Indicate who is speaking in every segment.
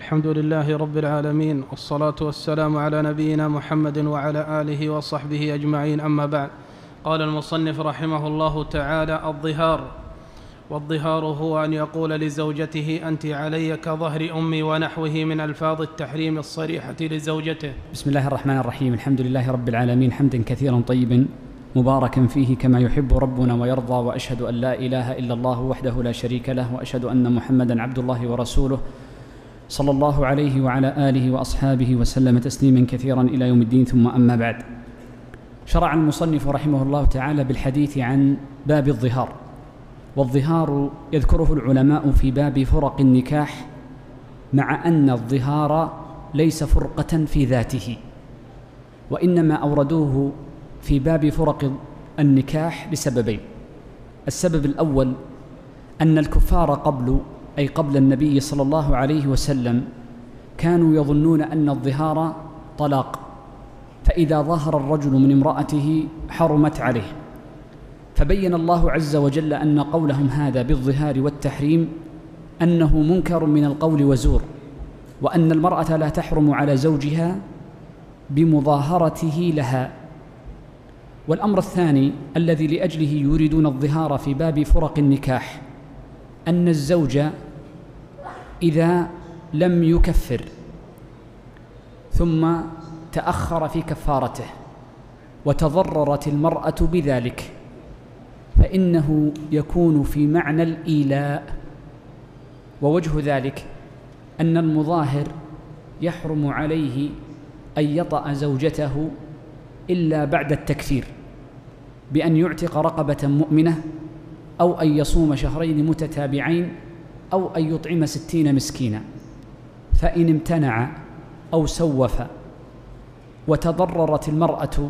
Speaker 1: الحمد لله رب العالمين، والصلاة والسلام على نبينا محمد وعلى آله وصحبه أجمعين، أما بعد. قال المصنف رحمه الله تعالى: الظهار. والظهار هو أن يقول لزوجته: أنت علي كظهر أمي، ونحوه من ألفاظ التحريم الصريحة لزوجته.
Speaker 2: بسم الله الرحمن الرحيم. الحمد لله رب العالمين، حمدا كثيرا طيبا مباركا فيه كما يحب ربنا ويرضى، وأشهد أن لا إله إلا الله وحده لا شريك له، وأشهد أن محمدا عبد الله ورسوله صلى الله عليه وعلى آله وأصحابه وسلم تسليما كثيرا إلى يوم الدين. ثم أما بعد، شرع المصنف رحمه الله تعالى بالحديث عن باب الظهار. والظهار يذكره العلماء في باب فرق النكاح، مع أن الظهار ليس فرقة في ذاته، وإنما أوردوه في باب فرق النكاح لسببين. السبب الأول أن الكفار قبل النبي صلى الله عليه وسلم كانوا يظنون أن الظهار طلاق، فإذا ظهر الرجل من امرأته حرمت عليه، فبين الله عز وجل أن قولهم هذا بالظهار والتحريم أنه منكر من القول وزور، وأن المرأة لا تحرم على زوجها بمظاهرته لها. والأمر الثاني الذي لأجله يريدون الظهار في باب فرق النكاح أن الزوج إذا لم يكفر ثم تأخر في كفارته وتضررت المرأة بذلك، فإنه يكون في معنى الإيلاء. ووجه ذلك أن المظاهر يحرم عليه أن يطأ زوجته إلا بعد التكفير بأن يعتق رقبة مؤمنة، أو أن يصوم شهرين متتابعين، أو أن يطعم 60 مسكينا. فإن امتنع أو سوف وتضررت المرأة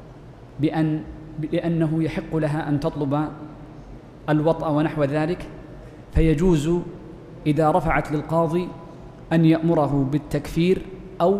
Speaker 2: بأنه يحق لها أن تطلب الوطأ ونحو ذلك، فيجوز إذا رفعت للقاضي أن يأمره بالتكفير أو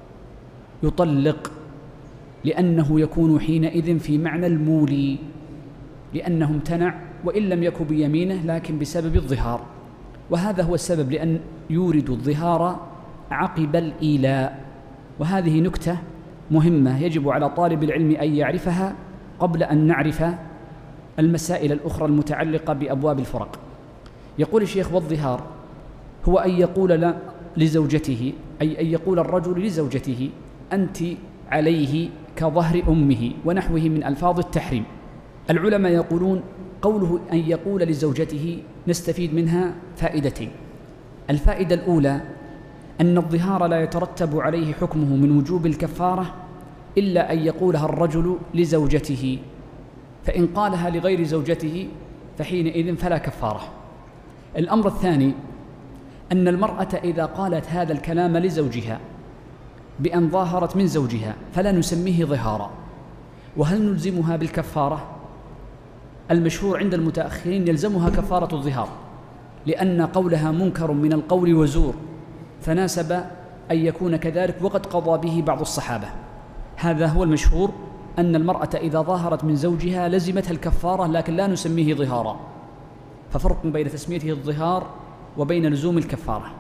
Speaker 2: يطلق، لأنه يكون حينئذ في معنى المولي، لأنه امتنع وإن لم يكن بيمينه لكن بسبب الظهار. وهذا هو السبب لأن يورد الظهار عقب الإيلاء. وهذه نكتة مهمة يجب على طالب العلم أن يعرفها قبل أن نعرف المسائل الأخرى المتعلقة بأبواب الفرق. يقول الشيخ: والظهار هو أن يقول لزوجته، أي أن يقول الرجل لزوجته: أنت عليه كظهر أمه، ونحوه من ألفاظ التحريم. العلماء يقولون قوله أن يقول لزوجته نستفيد منها فائدتين. الفائدة الأولى أن الظهار لا يترتب عليه حكمه من وجوب الكفارة إلا أن يقولها الرجل لزوجته، فإن قالها لغير زوجته فحينئذ فلا كفارة. الأمر الثاني أن المرأة إذا قالت هذا الكلام لزوجها بأن ظاهرت من زوجها فلا نسميه ظهارا. وهل نلزمها بالكفارة؟ المشهور عند المتأخرين يلزمها كفارة الظهار، لأن قولها منكر من القول وزور، فناسب أن يكون كذلك، وقد قضى به بعض الصحابة. هذا هو المشهور، أن المرأة إذا ظاهرت من زوجها لزمتها الكفارة، لكن لا نسميه ظهارا. ففرق بين تسميته الظهار وبين لزوم الكفارة.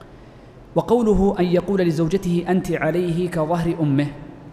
Speaker 2: وقوله أن يقول لزوجته أنت عليه كظهر أمه،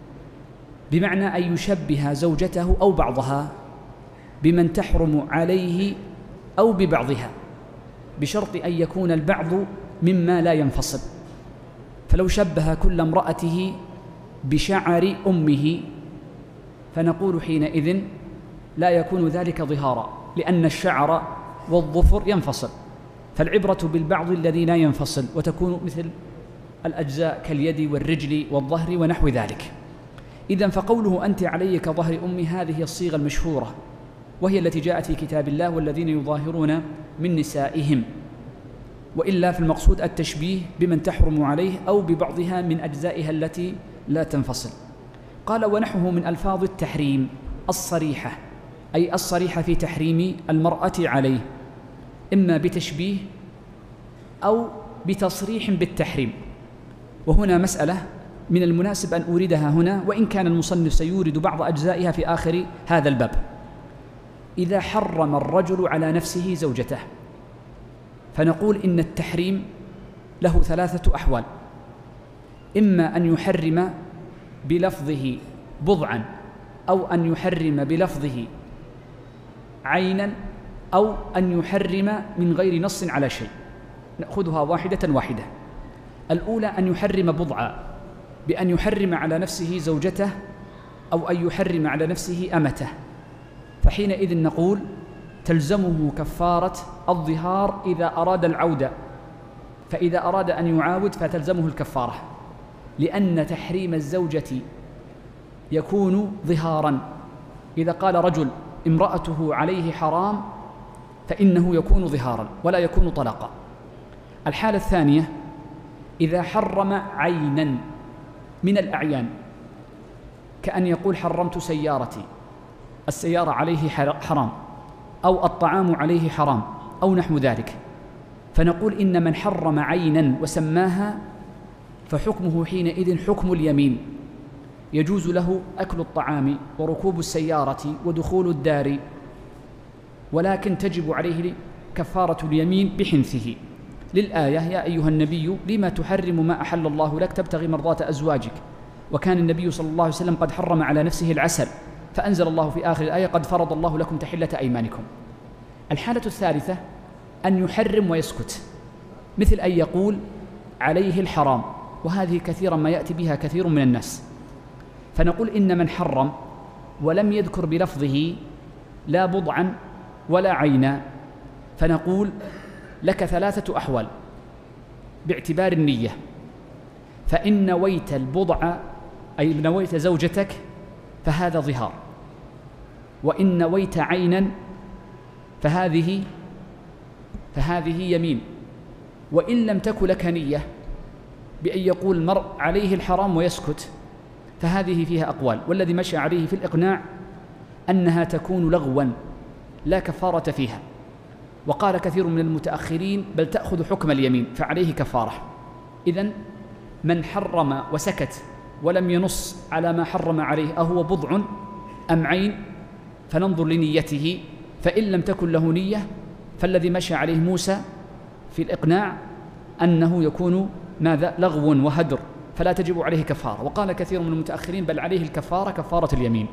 Speaker 2: بمعنى أن يشبه زوجته أو بعضها بمن تحرم عليه أو ببعضها، بشرط أن يكون البعض مما لا ينفصل. فلو شبه كل امرأته بشعر أمه فنقول حينئذ لا يكون ذلك ظهارا، لأن الشعر والظفر ينفصل، فالعبرة بالبعض الذي لا ينفصل، وتكون مثل الأجزاء كاليد والرجل والظهر ونحو ذلك. إذن فقوله أنت علي كظهر أمي هذه الصيغة المشهورة، وهي التي جاءت في كتاب الله: والذين يظاهرون من نسائهم. وإلا في المقصود التشبيه بمن تحرم عليه أو ببعضها من أجزائها التي لا تنفصل. قال: ونحوه من ألفاظ التحريم الصريحة، أي الصريحة في تحريم المرأة عليه، إما بتشبيه أو بتصريح بالتحريم. وهنا مسألة من المناسب أن أوردها هنا، وإن كان المصنف سيورد بعض أجزائها في آخر هذا الباب. إذا حرم الرجل على نفسه زوجته، فنقول إن التحريم له 3 أحوال: إما أن يحرم بلفظه بضعا، أو أن يحرم بلفظه عينا، أو أن يحرم من غير نص على شيء. نأخذها واحدة واحدة. الأولى أن يحرم بضعا، بأن يحرم على نفسه زوجته أو أن يحرم على نفسه أمته، فحينئذ نقول تلزمه كفارة الظهار إذا أراد العودة، فإذا أراد أن يعاود فتلزمه الكفارة، لأن تحريم الزوجة يكون ظهارا. إذا قال رجل امرأته عليه حرام فإنه يكون ظهارا ولا يكون طلاقا. الحالة الثانية إذا حرم عينا من الأعيان، كأن يقول حرمت سيارتي، السيارة عليه حرام، أو الطعام عليه حرام، أو نحو ذلك، فنقول إن من حرم عينا وسماها فحكمه حينئذ حكم اليمين، يجوز له أكل الطعام وركوب السيارة ودخول الدار، ولكن تجب عليه كفارة اليمين بحنثه، للآية: يا أيها النبي لما تحرم ما أحل الله لك تبتغي مرضات أزواجك، وكان النبي صلى الله عليه وسلم قد حرم على نفسه العسل، فأنزل الله في آخر الآية: قد فرض الله لكم تحلة أيمانكم. الحالة الثالثة أن يحرم ويسكت، مثل أن يقول عليه الحرام، وهذه كثيرا ما يأتي بها كثير من الناس، فنقول إن من حرم ولم يذكر بلفظه لا بضعا ولا عينا، فنقول لك 3 أحوال باعتبار النية: فإن نويت البضع أي نويت زوجتك فهذا ظهار، وإن نويت عينا فهذه يمين، وإن لم تكن لك نية بأن يقول المرء عليه الحرام ويسكت فهذه فيها أقوال، والذي مشى عليه في الإقناع أنها تكون لغوا لا كفارة فيها، وقال كثير من المتأخرين بل تأخذ حكم اليمين فعليه كفارة. إذن من حرم وسكت ولم ينص على ما حرم عليه أهو بضع أم عين فننظر لنيته، فإن لم تكن له نية فالذي مشى عليه موسى في الإقناع أنه يكون ماذا؟ لغو وهدر، فلا تجب عليه كفارة. وقال كثير من المتأخرين بل عليه الكفارة كفارة اليمين.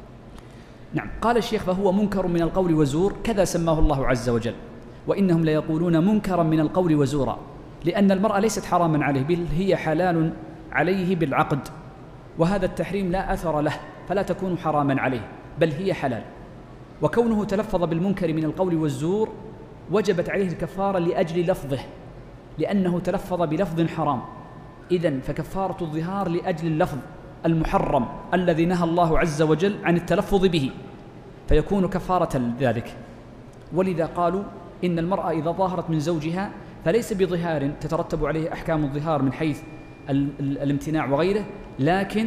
Speaker 2: نعم. قال الشيخ: فهو منكر من القول وزور، كذا سماه الله عز وجل: وإنهم ليقولون منكرا من القول وزورا، لأن المرأة ليست حراما عليه بل هي حلال عليه بالعقد، وهذا التحريم لا أثر له فلا تكون حراما عليه بل هي حلال. وكونه تلفظ بالمنكر من القول والزور وجبت عليه الكفارة لأجل لفظه، لأنه تلفظ بلفظ حرام، إذن فكفارة الظهار لأجل اللفظ المحرم الذي نهى الله عز وجل عن التلفظ به، فيكون كفارة ذلك. ولذا قالوا إن المرأة إذا ظاهرت من زوجها فليس بظهار تترتب عليه أحكام الظهار من حيث الامتناع وغيره، لكن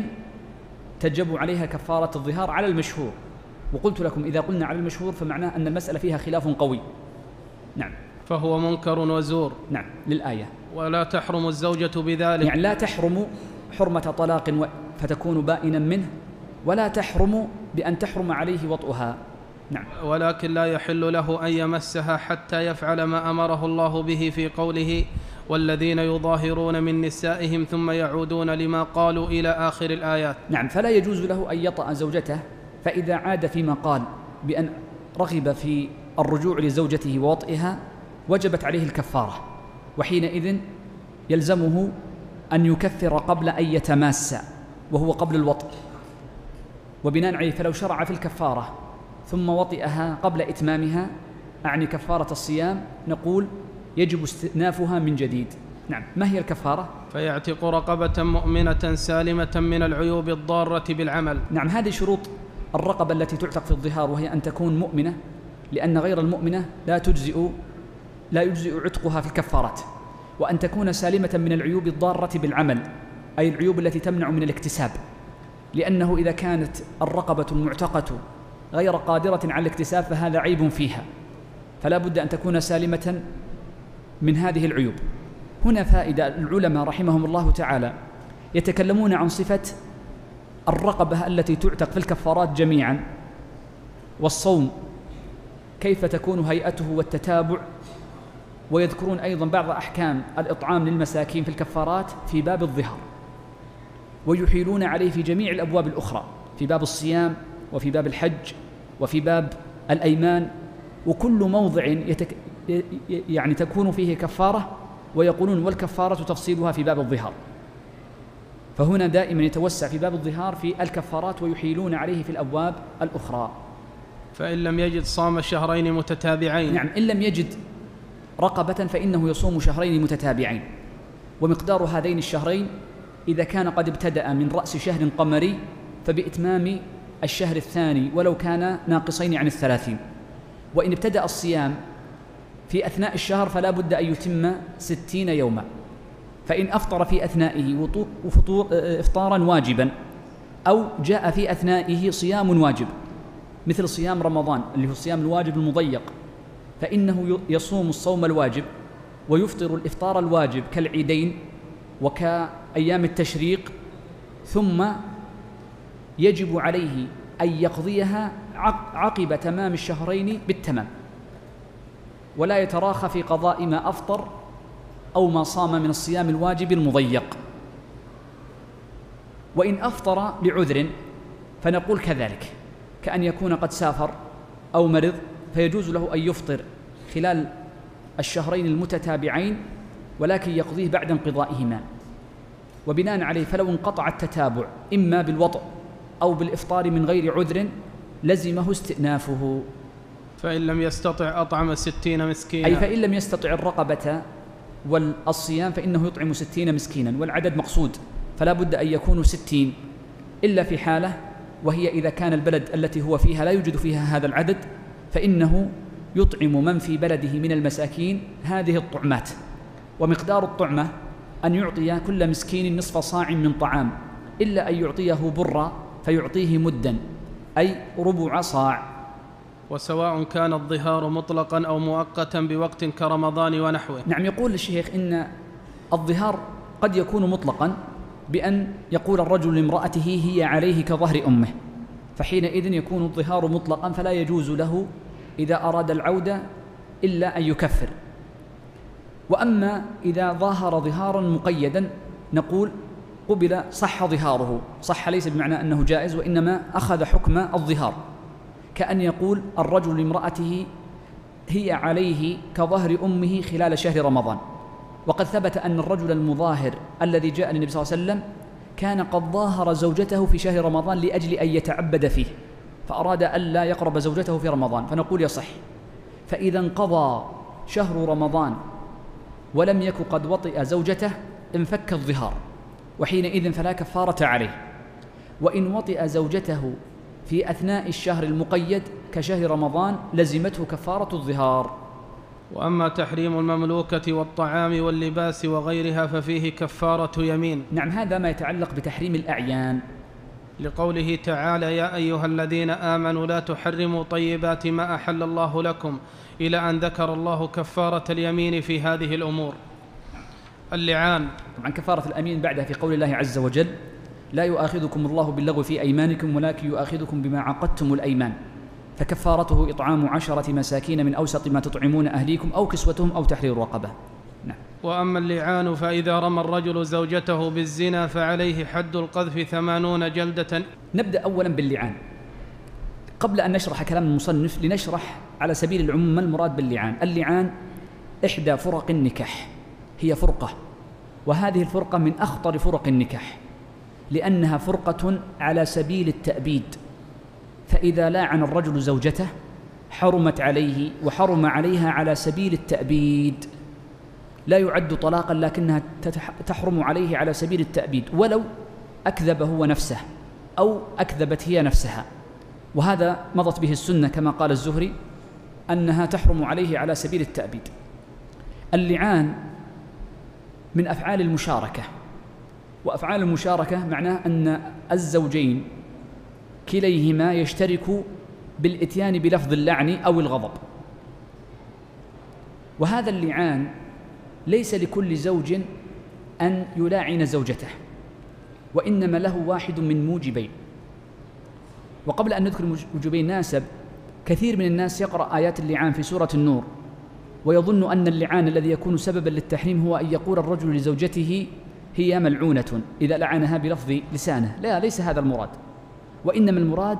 Speaker 2: تجب عليها كفارة الظهار على المشهور. وقلت لكم إذا قلنا على المشهور فمعناه أن المسألة فيها خلاف قوي. نعم.
Speaker 1: فهو منكر وزور.
Speaker 2: نعم، للآية:
Speaker 1: ولا تحرم الزوجة بذلك،
Speaker 2: يعني لا تحرم حرمة طلاق فتكون بائنا منه، ولا تحرم بأن تحرم عليه وطئها. نعم.
Speaker 1: ولكن لا يحل له أن يمسها حتى يفعل ما أمره الله به في قوله: والذين يظاهرون من نسائهم ثم يعودون لما قالوا إلى آخر الآيات.
Speaker 2: نعم. فلا يجوز له أن يطأ زوجته، فإذا عاد فيما قال بأن رغب في الرجوع لزوجته ووطئها وجبت عليه الكفارة، وحينئذ يلزمه أن يكفر قبل أن يتماس وهو قبل الوطء، وبناء عليه فلو شرع في الكفارة ثم وطئها قبل إتمامها أعني كفارة الصيام، نقول يجب استئنافها من جديد. نعم. ما هي الكفارة؟
Speaker 1: فيعتق رقبة مؤمنة سالمة من العيوب الضارة بالعمل.
Speaker 2: نعم. هذه شروط الرقبة التي تعتق في الظهار، وهي أن تكون مؤمنة، لأن غير المؤمنة لا يجزئ عتقها في الكفارات، وأن تكون سالمة من العيوب الضارة بالعمل، أي العيوب التي تمنع من الاكتساب، لأنه إذا كانت الرقبة المعتقة غير قادرة على الاكتساب فهذا عيب فيها، فلا بد أن تكون سالمة من هذه العيوب. هنا فائدة: العلماء رحمهم الله تعالى يتكلمون عن صفة الرقبة التي تعتق في الكفارات جميعا، والصوم كيف تكون هيئته والتتابع، ويذكرون أيضا بعض أحكام الإطعام للمساكين في الكفارات في باب الظهار، ويحيلون عليه في جميع الأبواب الأخرى، في باب الصيام وفي باب الحج وفي باب الأيمان، وكل موضع يعني تكون فيه كفارة، ويقولون والكفارة تفصيلها في باب الظهار. فهنا دائما يتوسع في باب الظهار في الكفارات ويحيلون عليه في الأبواب الأخرى.
Speaker 1: فإن لم يجد صام شهرين متتابعين.
Speaker 2: نعم، إن لم يجد رقبة فإنه يصوم شهرين متتابعين، ومقدار هذين الشهرين إذا كان قد ابتدأ من رأس شهر قمري فبإتمام الشهر الثاني ولو كان ناقصين عن 30، وإن ابتدأ الصيام في أثناء الشهر فلا بد أن يتم 60 يوما، فإن أفطر في أثنائه إفطارا واجبا أو جاء في أثنائه صيام واجب مثل صيام رمضان اللي هو الصيام الواجب المضيق، فإنه يصوم الصوم الواجب ويفطر الإفطار الواجب كالعيدين وكأيام التشريق، ثم يجب عليه أن يقضيها عقب تمام الشهرين بالتمام، ولا يتراخى في قضاء ما أفطر أو ما صام من الصيام الواجب المضيق. وإن أفطر لعذر فنقول كذلك، كأن يكون قد سافر أو مرض، فيجوز له أن يفطر خلال الشهرين المتتابعين ولكن يقضيه بعد انقضائهما. وبناء عليه فلو انقطع التتابع إما بالوطء أو بالإفطار من غير عذر لزمه استئنافه.
Speaker 1: فإن لم يستطع أطعم 60 مسكينا،
Speaker 2: أي فإن لم يستطع الرقبة والصيام فإنه يطعم 60 مسكينا، والعدد مقصود فلا بد أن يكونوا 60، إلا في حالة وهي إذا كان البلد التي هو فيها لا يوجد فيها هذا العدد، فإنه يطعم من في بلده من المساكين هذه الطعمات. ومقدار الطعمة أن يعطي كل مسكين نصف صاع من طعام، إلا أن يعطيه برا فيعطيه مدا أي ربع صاع.
Speaker 1: وسواء كان الظهار مطلقا أو مؤقتا بوقت كرمضان ونحوه.
Speaker 2: نعم، يقول الشيخ إن الظهار قد يكون مطلقا بأن يقول الرجل لامرأته هي عليه كظهر أمه، فحينئذ يكون الظهار مطلقا فلا يجوز له إذا أراد العودة إلا أن يكفر. وأما إذا ظاهر ظهارا مقيدا نقول قبل صح ظهاره، صح ليس بمعنى أنه جائز، وإنما أخذ حكم الظهار، كأن يقول الرجل لامرأته هي عليه كظهر أمه خلال شهر رمضان. وقد ثبت أن الرجل المظاهر الذي جاء للنبي صلى الله عليه وسلم كان قد ظاهر زوجته في شهر رمضان لأجل أن يتعبد فيه، فأراد ألا يقرب زوجته في رمضان، فنقول يصح. فإذا انقضى شهر رمضان ولم يك قد وطئ زوجته انفك الظهار، وحينئذ فلا كفارة عليه. وإن وطئ زوجته في أثناء الشهر المقيد كشهر رمضان لزمته كفارة الظهار.
Speaker 1: وأما تحريم المملوكة والطعام واللباس وغيرها ففيه كفارة يمين.
Speaker 2: نعم، هذا ما يتعلق بتحريم الأعيان،
Speaker 1: لقوله تعالى يا أيها الذين آمنوا لا تحرموا طيبات ما أحل الله لكم، إلى أن ذكر الله كفارة اليمين في هذه الأمور. اللعان،
Speaker 2: طبعا كفارة اليمين بعدها في قول الله عز وجل لا يؤاخذكم الله باللغو في أيمانكم ولكن يؤاخذكم بما عقدتم الأيمان، فكفارته إطعام 10 مساكين من أوسط ما تطعمون أهليكم أو كسوتهم أو تحرير رقبة. نعم.
Speaker 1: وأما اللعان فإذا رمى الرجل زوجته بالزنا فعليه حد القذف 80 جلدة.
Speaker 2: نبدأ أولا باللعان قبل أن نشرح كلام المصنف، لنشرح على سبيل العموم ما المراد باللعان. اللعان إحدى فرق النكاح، هي فرقة، وهذه الفرقة من أخطر فرق النكاح لأنها فرقة على سبيل التأبيد، فإذا لاعن الرجل زوجته حرمت عليه وحرم عليها على سبيل التأبيد، لا يعد طلاقا لكنها تحرم عليه على سبيل التأبيد ولو أكذب هو نفسه أو أكذبت هي نفسها، وهذا مضت به السنة كما قال الزهري أنها تحرم عليه على سبيل التأبيد. اللعان من أفعال المشاركة، وأفعال المشاركة معناه أن الزوجين كليهما يشترك بالإتيان بلفظ اللعن أو الغضب، وهذا اللعان ليس لكل زوج أن يلاعن زوجته، وإنما له واحد من موجبين. وقبل أن نذكر موجبين ناسب، كثير من الناس يقرأ آيات اللعان في سورة النور ويظن أن اللعان الذي يكون سببا للتحريم هو أن يقول الرجل لزوجته هي ملعونة إذا لعنها بلفظ لسانه. لا، ليس هذا المراد، وإنما المراد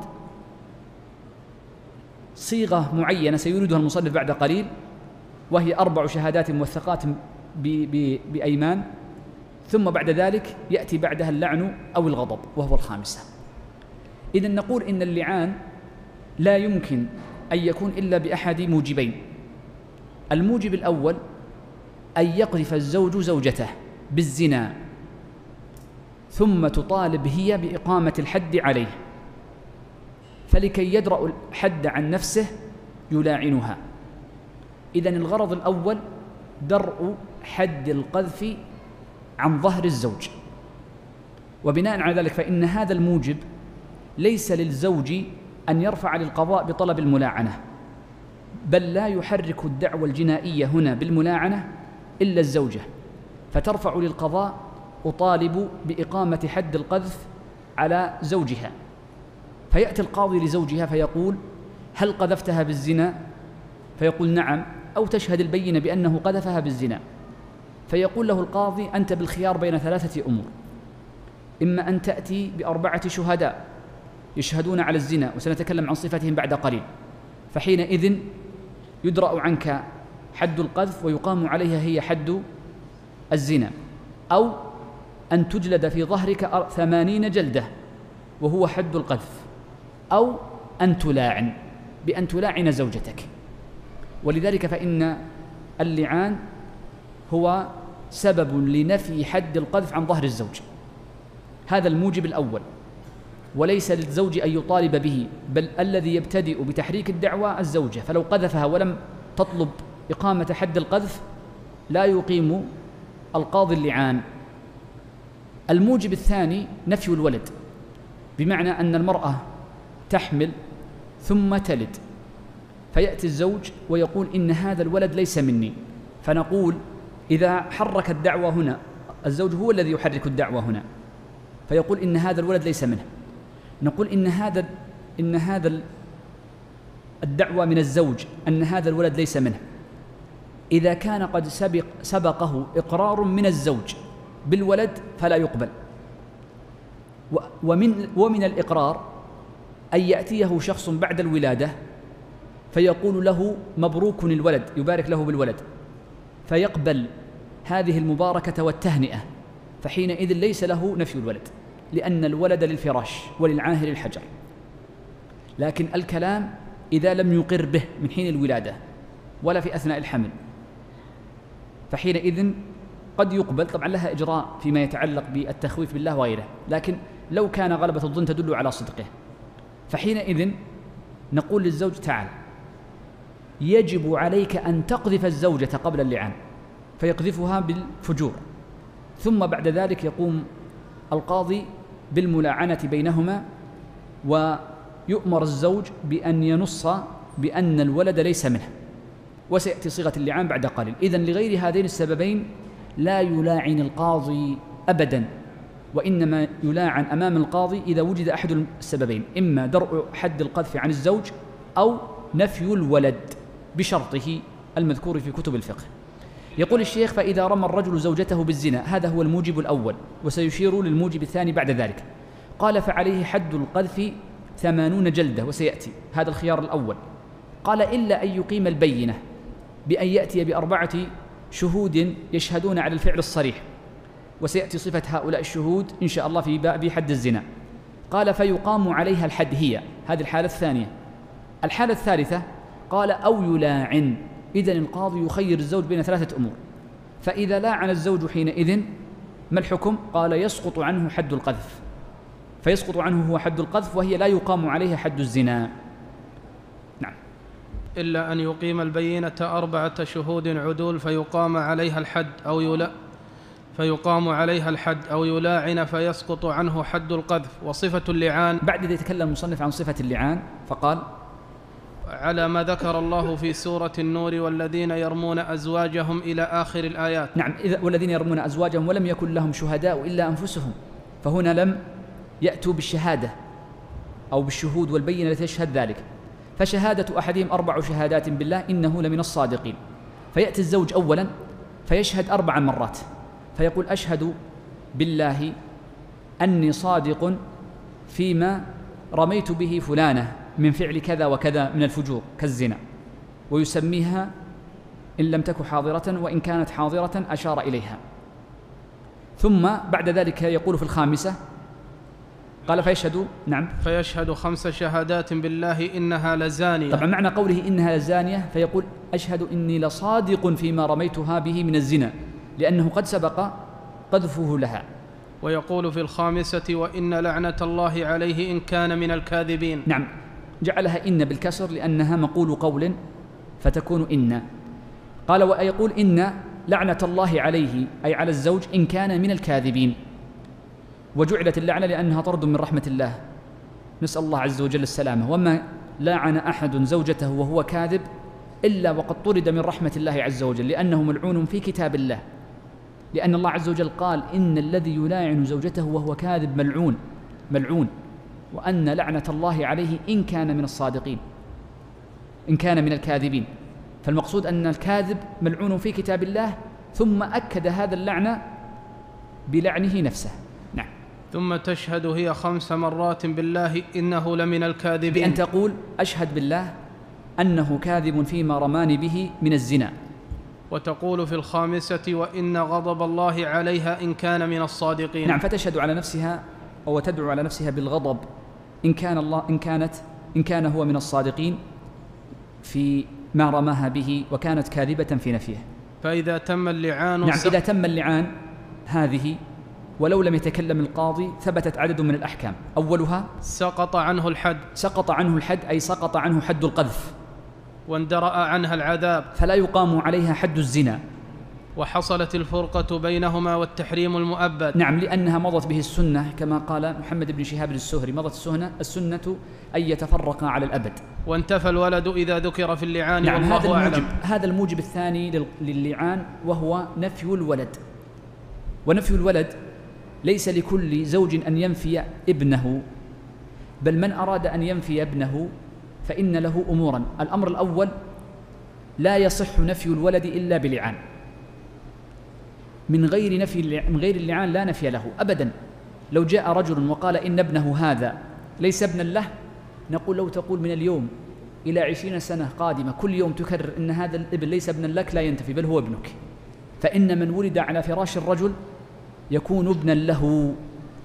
Speaker 2: صيغة معينة سيريدها المصنف بعد قليل، وهي 4 شهادات موثقات بأيمان، ثم بعد ذلك يأتي بعدها اللعن أو الغضب وهو الخامسة. إذن نقول إن اللعان لا يمكن أن يكون إلا بأحد موجبين. الموجب الأول أن يقذف الزوج زوجته بالزنا ثم تطالب هي بإقامة الحد عليه، فلكي يدرأ الحد عن نفسه يلاعنها. إذن الغرض الأول درء حد القذف عن ظهر الزوج، وبناء على ذلك فإن هذا الموجب ليس للزوج أن يرفع للقضاء بطلب الملاعنة، بل لا يحرك الدعوى الجنائية هنا بالملاعنة إلا الزوجة، فترفع للقضاء أطالب بإقامة حد القذف على زوجها، فيأتي القاضي لزوجها فيقول هل قذفتها بالزنا؟ فيقول نعم، أو تشهد البينة بأنه قذفها بالزنا. فيقول له القاضي أنت بالخيار بين 3 أمور، إما أن تأتي ب4 شهداء يشهدون على الزنا، وسنتكلم عن صفتهم بعد قليل، فحينئذ يدرأ عنك حد القذف ويقام عليها هي حد الزنا، أو أن تجلد في ظهرك 80 جلدة وهو حد القذف، أو أن تلاعن بأن تلاعن زوجتك. ولذلك فإن اللعان هو سبب لنفي حد القذف عن ظهر الزوج، هذا الموجب الأول، وليس للزوج أن يطالب به، بل الذي يبتدئ بتحريك الدعوى الزوجة، فلو قذفها ولم تطلب إقامة حد القذف لا يقيم القاضي اللعان. الموجب الثاني نفي الولد، بمعنى أن المرأة تحمل ثم تلد، فيأتي الزوج ويقول إن هذا الولد ليس مني، فنقول إذا حرك الدعوى هنا، الزوج هو الذي يحرك الدعوى هنا، فيقول إن هذا الولد ليس منه، نقول إن هذا الدعوى من الزوج أن هذا الولد ليس منه إذا كان قد سبقه إقرار من الزوج بالولد فلا يقبل. ومن الإقرار أن يأتيه شخص بعد الولادة فيقول له مبروك الولد، يبارك له بالولد، فيقبل هذه المباركة والتهنئة، فحينئذ ليس له نفي الولد، لأن الولد للفراش وللعاهر الحجر. لكن الكلام إذا لم يقر به من حين الولادة ولا في أثناء الحمل، فحينئذ قد يقبل، طبعا لها إجراء فيما يتعلق بالتخويف بالله وغيره، لكن لو كان غلبة الظن تدل على صدقه، فحينئذ نقول للزوج تعال يجب عليك أن تقذف الزوجة قبل اللعان، فيقذفها بالفجور، ثم بعد ذلك يقوم القاضي بالملاعنة بينهما، ويؤمر الزوج بأن ينص بأن الولد ليس منه، وسيأتي صيغة اللعان بعد قليل. إذن لغير هذين السببين لا يلاعن القاضي أبدا، وإنما يلاعن أمام القاضي إذا وجد أحد السببين، إما درء حد القذف عن الزوج أو نفي الولد بشرطه المذكور في كتب الفقه. يقول الشيخ فإذا رمى الرجل زوجته بالزنا، هذا هو الموجب الأول، وسيشير للموجب الثاني بعد ذلك. قال فعليه حد القذف 80 جلدة، وسيأتي هذا الخيار الأول. قال إلا أن يقيم البينة بأن يأتي ب4 شهود يشهدون على الفعل الصريح، وسيأتي صفة هؤلاء الشهود إن شاء الله في باب حد الزنا. قال فيقام عليها الحد، هي هذه الحالة الثانية. الحالة الثالثة قال أو يلاعن، إذن القاضي يخير الزوج بين 3 أمور، فإذا لاعن الزوج حينئذ ما الحكم؟ قال يسقط عنه حد القذف، فيسقط عنه هو حد القذف، وهي لا يقام عليها حد الزنا. نعم.
Speaker 1: إلا أن يقيم البينة 4 شهود عدول فيقام عليها الحد أو يلاعن فيسقط عنه حد القذف. وصفة اللعان،
Speaker 2: بعد ذلك يتكلم المصنف عن صفة اللعان فقال
Speaker 1: على ما ذكر الله في سورة النور والذين يرمون أزواجهم إلى آخر الآيات.
Speaker 2: نعم، والذين يرمون أزواجهم ولم يكن لهم شهداء إلا أنفسهم، فهنا لم يأتوا بالشهادة أو بالشهود والبينة التي تشهد ذلك، فشهادة أحدهم 4 شهادات بالله إنه لمن الصادقين، فيأتي الزوج أولا فيشهد 4 مرات فيقول أشهد بالله أني صادق فيما رميت به فلانة من فعل كذا وكذا من الفجور كالزنا، ويسميها إن لم تك حاضرة، وإن كانت حاضرة أشار إليها. ثم بعد ذلك يقول في الخامسة قال فيشهد نعم
Speaker 1: فيشهد 5 شهادات بالله إنها لزانية.
Speaker 2: طبعا معنى قوله إنها لزانية فيقول أشهد إني لصادق فيما رميتها به من الزنا، لأنه قد سبق قذفه لها.
Speaker 1: ويقول في الخامسة وإن لعنة الله عليه إن كان من الكاذبين.
Speaker 2: نعم، جعلها إن بالكسر لأنها مقول قول فتكون إن. قال ويقول إن لعنة الله عليه أي على الزوج إن كان من الكاذبين، وجعلت اللعنة لأنها طرد من رحمة الله، نسأل الله عز وجل السلامة. وما لعن أحد زوجته وهو كاذب إلا وقد طرد من رحمة الله عز وجل، لأنه ملعون في كتاب الله، لأن الله عز وجل قال إن الذي يلاعن زوجته وهو كاذب ملعون ملعون، وأن لعنة الله عليه إن كان من الصادقين إن كان من الكاذبين. فالمقصود أن الكاذب ملعون في كتاب الله، ثم أكد هذا اللعنة بلعنه نفسه. نعم.
Speaker 1: ثم تشهد هي 5 مرات بالله إنه لمن الكاذبين،
Speaker 2: بأن تقول أشهد بالله أنه كاذب فيما رماني به من الزنا.
Speaker 1: وتقول في الخامسة وإن غضب الله عليها إن كان من الصادقين.
Speaker 2: نعم، فتشهد على نفسها أو تدعو على نفسها بالغضب إن كان هو من الصادقين في ما رماها به وكانت كاذبة في نفيه.
Speaker 1: فإذا تم اللعان
Speaker 2: نعم، إذا تم اللعان هذه ولو لم يتكلم القاضي ثبتت عدد من الأحكام. أولها
Speaker 1: سقط عنه الحد
Speaker 2: أي سقط عنه حد القذف،
Speaker 1: واندرأ عنها العذاب
Speaker 2: فلا يقام عليها حد الزنا،
Speaker 1: وحصلت الفرقة بينهما والتحريم المؤبد.
Speaker 2: نعم، لأنها مضت به السنة كما قال محمد بن شهاب الزهري مضت السنة أن يتفرقا على الأبد.
Speaker 1: وانتفى الولد إذا ذكر في اللعان.
Speaker 2: نعم،
Speaker 1: والله أعلم.
Speaker 2: هذا الموجب الثاني للعان وهو نفي الولد. ونفي الولد ليس لكل زوج أن ينفي ابنه، بل من أراد أن ينفي ابنه فإن له أمورا. الأمر الأول لا يصح نفي الولد إلا بلعان، من غير اللعان لا نفي له أبدا. لو جاء رجل وقال إن ابنه هذا ليس ابنا له، نقول لو تقول من اليوم إلى 20 سنة قادمة كل يوم تكرر إن هذا الابن ليس ابنا لك، لا ينتفي بل هو ابنك. فإن من ولد على فراش الرجل يكون ابنا له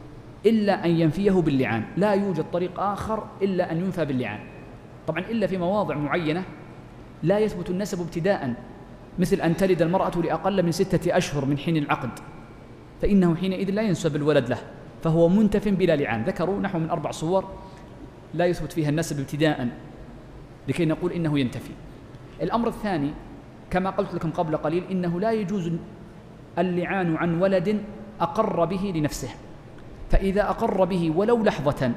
Speaker 2: إلا أن ينفيه باللعان، لا يوجد طريق آخر إلا أن ينفى باللعان. طبعا إلا في مواضع معينة لا يثبت النسب ابتداء، مثل أن تلد المرأة لأقل من 6 أشهر من حين العقد، فإنه حينئذ لا ينسب الولد له، فهو منتف بلا لعان. ذكروا نحو من 4 صور لا يثبت فيها النسب ابتداء لكي نقول إنه ينتفي. الأمر الثاني كما قلت لكم قبل قليل إنه لا يجوز اللعان عن ولد أقر به لنفسه، فإذا أقر به ولو لحظة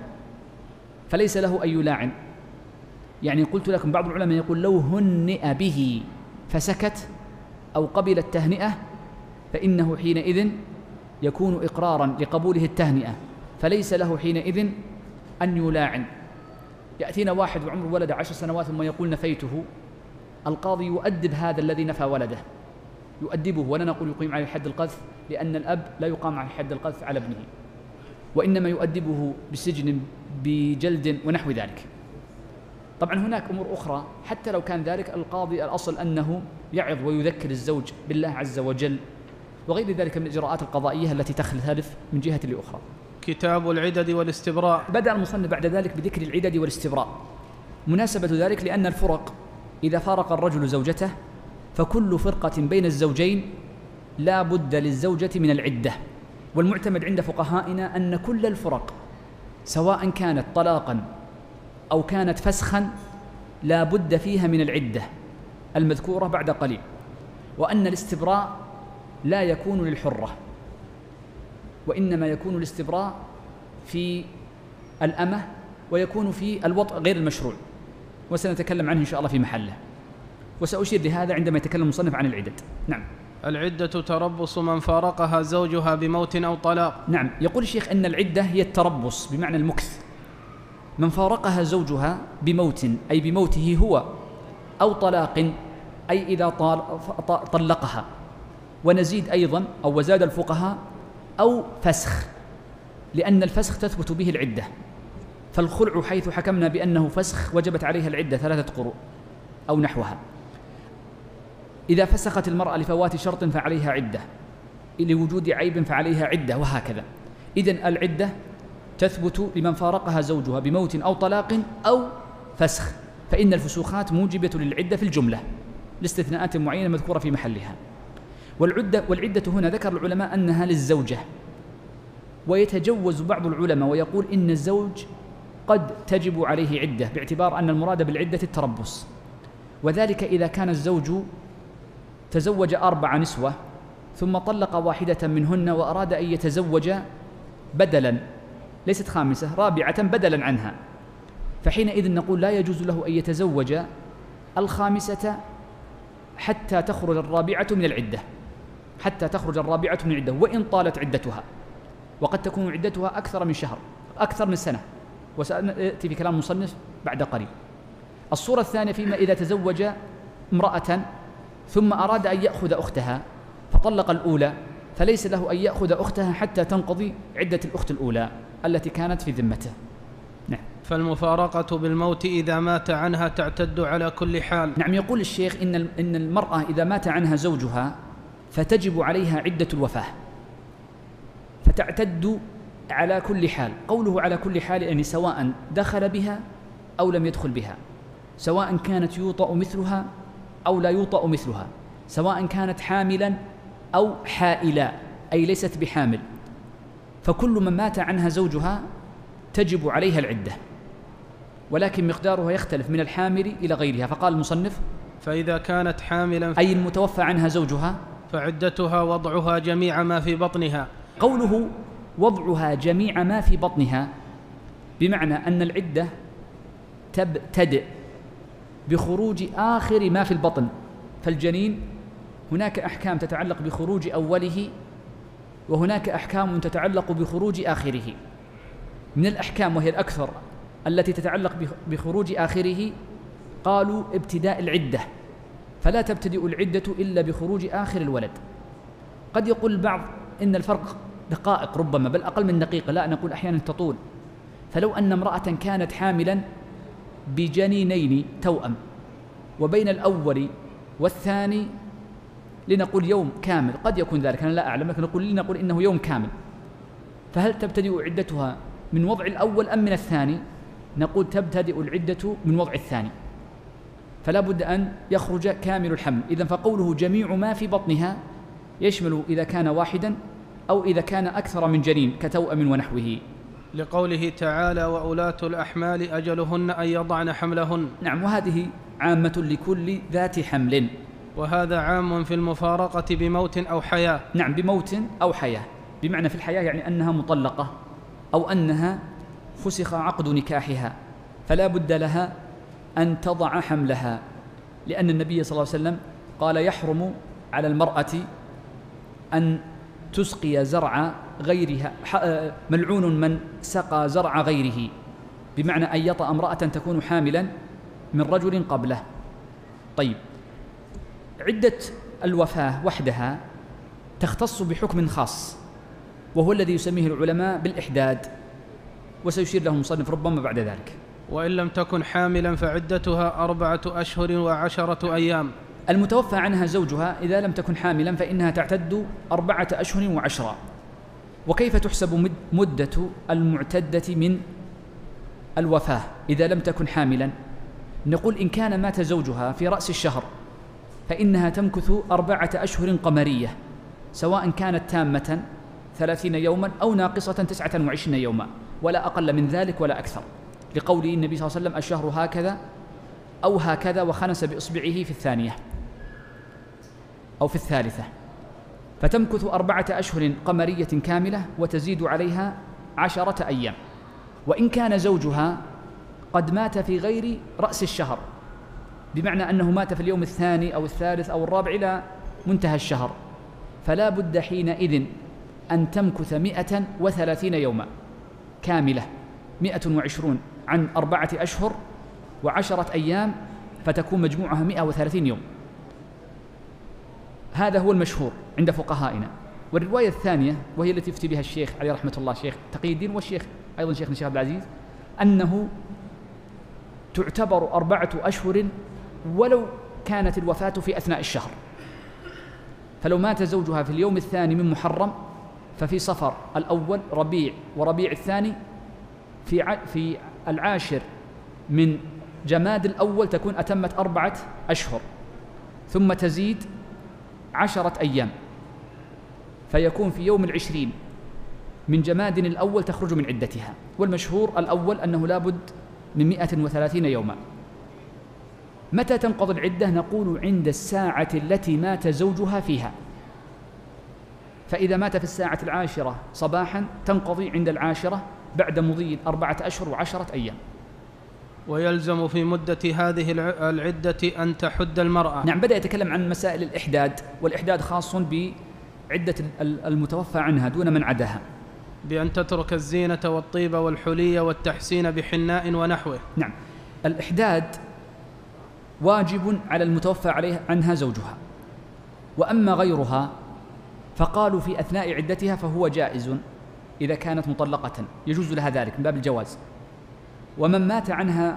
Speaker 2: فليس له أن يلاعن. يعني قلت لكم بعض العلماء يقول لو هنئ به فسكت أو قبل التهنئة فإنه حينئذ يكون إقرارا لقبوله التهنئة، فليس له حينئذ أن يلاعن. يأتينا واحد وعمر ولد 10 سنوات ثم يقول نفيته، القاضي يؤدب هذا الذي نفى ولده، يؤدبه، ولا نقول يقيم عليه حد القذف، لأن الأب لا يقام عليه حد القذف على ابنه، وإنما يؤدبه بسجن بجلد ونحو ذلك. طبعا هناك أمور أخرى حتى لو كان ذلك القاضي الأصل أنه يعظ ويذكر الزوج بالله عز وجل وغير ذلك من الإجراءات القضائية التي تختلف من جهة لأخرى.
Speaker 1: كتاب العدد والاستبراء.
Speaker 2: بدأ المصنف بعد ذلك بذكر العدد والاستبراء. مناسبة ذلك لأن الفرق إذا فارق الرجل زوجته فكل فرقة بين الزوجين لا بد للزوجة من العدة، والمعتمد عند فقهائنا أن كل الفرق سواء كانت طلاقا أو كانت فسخا لا بد فيها من العدة المذكورة بعد قليل، وأن الاستبراء لا يكون للحرة، وإنما يكون الاستبراء في الأمة ويكون في الوطء غير المشروع، وسنتكلم عنه إن شاء الله في محله، وسأشير لهذا عندما يتكلم المصنف عن العدد. نعم.
Speaker 1: العدة تربص من فارقها زوجها بموت أو طلاق.
Speaker 2: نعم، يقول الشيخ أن العدة هي التربص بمعنى المكث. من فارقها زوجها بموت أي بموته هو أو طلاق أي إذا طلقها. ونزيد أيضا أو وزاد الفقهاء أو فسخ، لأن الفسخ تثبت به العدة، فالخلع حيث حكمنا بأنه فسخ وجبت عليها العدة 3 قروء أو نحوها. إذا فسخت المرأة لفوات شرط فعليها عدة، لوجود عيب فعليها عدة، وهكذا. إذن العدة تثبت لمن فارقها زوجها بموت أو طلاق أو فسخ، فإن الفسوخات موجبة للعدة في الجملة لاستثناءات معينة مذكورة في محلها. والعدة هنا ذكر العلماء أنها للزوجة، ويتجوز بعض العلماء ويقول إن الزوج قد تجب عليه عدة، باعتبار أن المراد بالعدة التربص، وذلك إذا كان الزوج تزوج 4 نسوة ثم طلق واحدة منهن وأراد أن يتزوج بدلا، ليست خامسة، رابعة بدلا عنها، فحينئذ نقول لا يجوز له أن يتزوج الخامسة حتى تخرج الرابعة من العدة، حتى تخرج الرابعة من العدة، وإن طالت عدتها، وقد تكون عدتها أكثر من شهر، أكثر من سنة، وسأتي في كلام المصنف بعد قريب. الصورة الثانية فيما إذا تزوج امرأة ثم أراد أن يأخذ أختها فطلق الأولى، فليس له أن يأخذ أختها حتى تنقضي عدة الأخت الأولى التي كانت في ذمته. نعم.
Speaker 1: فالمفارقة بالموت إذا مات عنها تعتد على كل حال.
Speaker 2: نعم. يقول الشيخ إن المرأة إذا مات عنها زوجها فتجب عليها عدة الوفاة، فتعتد على كل حال. قوله على كل حال يعني سواء دخل بها أو لم يدخل بها، سواء كانت يوطأ مثلها أو لا يوطأ مثلها، سواء كانت حاملا أو حائلا أي ليست بحامل، فكل من مات عنها زوجها تجب عليها العدة، ولكن مقدارها يختلف من الحامل إلى غيرها. فقال المصنف:
Speaker 1: فإذا كانت حاملا
Speaker 2: أي المتوفى عنها زوجها
Speaker 1: فعدتها وضعها جميع ما في بطنها.
Speaker 2: قوله وضعها جميع ما في بطنها بمعنى أن العدة تبتدئ بخروج آخر ما في البطن، فالجنين هناك أحكام تتعلق بخروج أوله، وهناك أحكام تتعلق بخروج آخره. من الأحكام وهي الأكثر التي تتعلق بخروج آخره قالوا ابتداء العدة، فلا تبتدئ العدة إلا بخروج آخر الولد. قد يقول البعض إن الفرق دقائق ربما، بل أقل من دقيقة، لا نقول أحيانا تطول. فلو أن امرأة كانت حاملا بجنينين توأم وبين الأول والثاني لنقول يوم كامل، قد يكون ذلك أنا لا أعلم، لكن لنقول إنه يوم كامل، فهل تبتدئ عدتها من وضع الأول أم من الثاني؟ نقول تبتدئ العدة من وضع الثاني، فلا بد أن يخرج كامل الحمل. إذن فقوله جميع ما في بطنها يشمل إذا كان واحدا أو إذا كان أكثر من جنين كتوأم ونحوه،
Speaker 1: لقوله تعالى: وأولاة الأحمال أجلهن أن يضعن حملهن.
Speaker 2: نعم. وهذه عامة لكل ذات حمل،
Speaker 1: وهذا عام في المفارقة بموت أو حياة.
Speaker 2: نعم، بموت أو حياة، بمعنى في الحياة يعني أنها مطلقة أو أنها فسخ عقد نكاحها، فلا بد لها أن تضع حملها، لأن النبي صلى الله عليه وسلم قال: يحرم على المرأة أن تسقي زرع غيرها، ملعون من سقى زرع غيره، بمعنى أن يطأ امرأة تكون حاملا من رجل قبله. طيب، عدة الوفاة وحدها تختص بحكم خاص، وهو الذي يسميه العلماء بالإحداد، وسيشير له المصنف ربما بعد ذلك.
Speaker 1: وإن لم تكن حاملا فعدتها 4 أشهر و10 أيام.
Speaker 2: المتوفى عنها زوجها إذا لم تكن حاملا فإنها تعتد 4 أشهر و10. وكيف تحسب مدة المعتدة من الوفاة إذا لم تكن حاملا؟ نقول إن كان مات زوجها في رأس الشهر فإنها تمكث 4 أشهر قمرية، سواء كانت تامة 30 يوما أو ناقصة 29 يوما، ولا أقل من ذلك ولا أكثر، لقوله النبي صلى الله عليه وسلم: الشهر هكذا أو هكذا، وخنس بإصبعه في الثانية أو في الثالثة، فتمكث 4 أشهر قمرية كاملة وتزيد عليها 10 أيام. وإن كان زوجها قد مات في غير رأس الشهر، بمعنى أنه مات في اليوم الثاني أو الثالث أو الرابع إلى منتهى الشهر، فلا بد حينئذ أن تمكث 130 يوما كاملة، 120 عن 4 أشهر و10 أيام، فتكون مجموعها 130 يوم. هذا هو المشهور عند فقهائنا. والرواية الثانية وهي التي يفتي بها الشيخ عليه رحمة الله شيخ تقي الدين والشيخ أيضا شيخنا الشيخ عبد العزيز، أنه تعتبر 4 أشهر ولو كانت الوفاة في أثناء الشهر. فلو مات زوجها في اليوم الثاني من محرم ففي صفر الأول ربيع وربيع الثاني، في 10 من جماد الأول تكون أتمت 4 أشهر، ثم تزيد 10 أيام فيكون في يوم 20 من جماد الأول تخرج من عدتها. والمشهور الأول أنه لابد من 130 يوما. متى تنقضي العدة؟ نقول عند الساعة التي مات زوجها فيها. فإذا مات في الساعة 10 صباحا تنقضي عند 10 بعد مضي 4 أشهر و10 أيام.
Speaker 1: ويلزم في مدة هذه العدة أن تحد المرأة.
Speaker 2: نعم، بدأ يتكلم عن مسائل الإحداد، والإحداد خاص بعدة المتوفى عنها دون من عداها.
Speaker 1: بأن تترك الزينة والطيب والحلي والتحسين بحناء ونحوه.
Speaker 2: نعم، الإحداد واجب على المتوفى عنها زوجها، وأما غيرها فقالوا في أثناء عدتها فهو جائز إذا كانت مطلقة، يجوز لها ذلك من باب الجواز. ومن مات عنها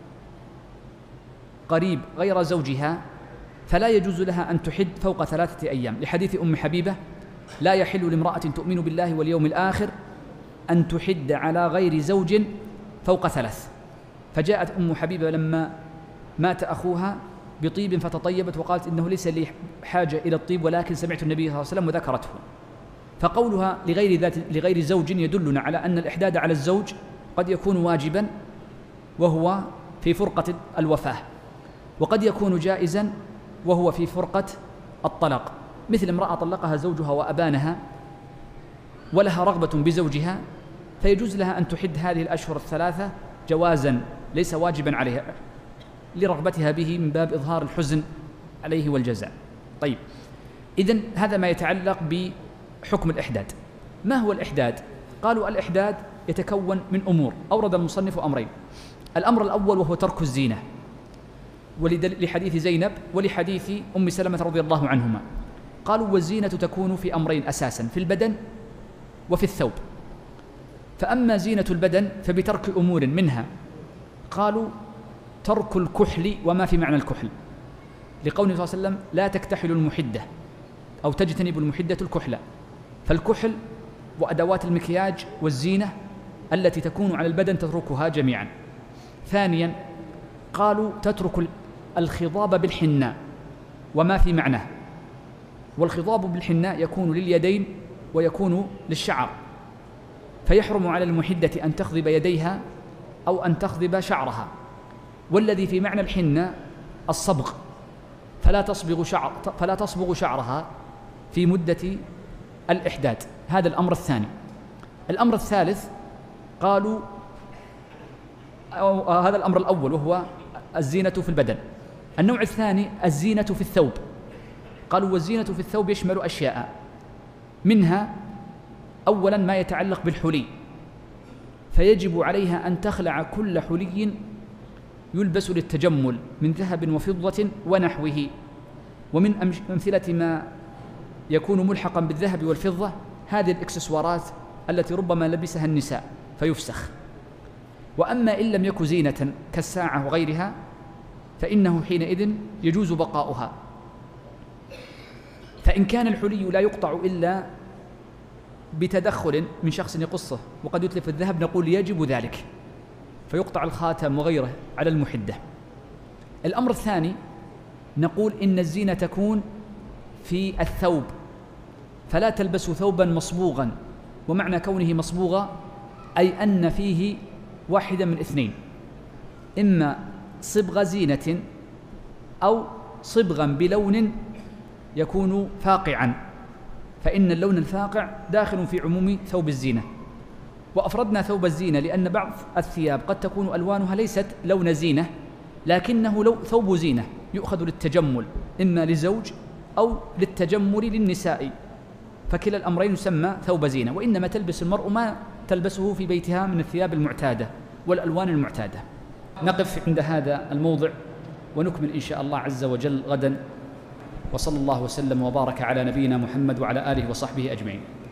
Speaker 2: قريب غير زوجها فلا يجوز لها أن تحد فوق 3 أيام، لحديث أم حبيبة: لا يحل لامرأة تؤمن بالله واليوم الآخر أن تحد على غير زوج فوق 3. فجاءت أم حبيبة لما مات أخوها بطيب فتطيبت وقالت: إنه ليس لي حاجة إلى الطيب ولكن سمعت النبي صلى الله عليه وسلم وذكرته. فقولها لغير زوج يدلنا على أن الإحداد على الزوج قد يكون واجبا وهو في فرقة الوفاة، وقد يكون جائزا وهو في فرقة الطلاق، مثل امرأة طلقها زوجها وأبانها ولها رغبة بزوجها فيجوز لها أن تحد هذه الأشهر 3 جوازا ليس واجبا عليها لرغبتها به من باب إظهار الحزن عليه والجزاء. طيب، إذن هذا ما يتعلق بحكم الإحداد. ما هو الإحداد؟ قالوا الإحداد يتكون من أمور، أورد المصنف أمرين. الأمر الأول وهو ترك الزينة، لحديث زينب ولحديث أم سلمة رضي الله عنهما. قالوا والزينة تكون في أمرين أساسا: في البدن وفي الثوب. فأما زينة البدن فبترك أمور منها، قالوا ترك الكحل وما في معنى الكحل، لقوله صلى الله عليه وسلم: لا تكتحل المحدة أو تجتنب المحدة الكحل. فالكحل وأدوات المكياج والزينة التي تكون على البدن تتركها جميعا. ثانيا قالوا تترك الخضاب بالحناء وما في معناه، والخضاب بالحناء يكون لليدين ويكون للشعر، فيحرم على المحدة أن تخضب يديها أو أن تخضب شعرها. والذي في معنى الحناء الصبغ، فلا تصبغ شعرها في مدة الإحداد. هذا الأمر الثاني. الأمر الثالث قالوا هذا الأمر الأول وهو الزينة في البدن. النوع الثاني الزينة في الثوب. قالوا والزينة في الثوب يشمل أشياء، منها أولا ما يتعلق بالحلي، فيجب عليها أن تخلع كل حلي يلبس للتجمل من ذهب وفضة ونحوه. ومن أمثلة ما يكون ملحقا بالذهب والفضة هذه الإكسسوارات التي ربما لبسها النساء فيفسخ. وأما إن لم يكن زينة كالساعة وغيرها فإنه حينئذ يجوز بقاؤها. فإن كان الحلي لا يقطع إلا بتدخل من شخص يقصه وقد يتلف الذهب نقول يجب ذلك، فيقطع الخاتم وغيره على المحدة. الأمر الثاني نقول إن الزينة تكون في الثوب، فلا تلبس ثوبا مصبوغا، ومعنى كونه مصبوغا أي أن فيه واحدا من اثنين: إما صبغ زينة أو صبغا بلون يكون فاقعا، فإن اللون الفاقع داخل في عموم ثوب الزينة. وأفردنا ثوب الزينة لأن بعض الثياب قد تكون ألوانها ليست لون زينة لكنه ثوب زينة يؤخذ للتجمل إما لزوج أو للتجمل للنساء، فكلا الأمرين يسمى ثوب زينة. وإنما تلبس المرء ما تلبسه في بيتها من الثياب المعتادة والألوان المعتادة. نقف عند هذا الموضع ونكمل إن شاء الله عز وجل غدا وصلى الله وسلم وبارك على نبينا محمد وعلى آله وصحبه أجمعين.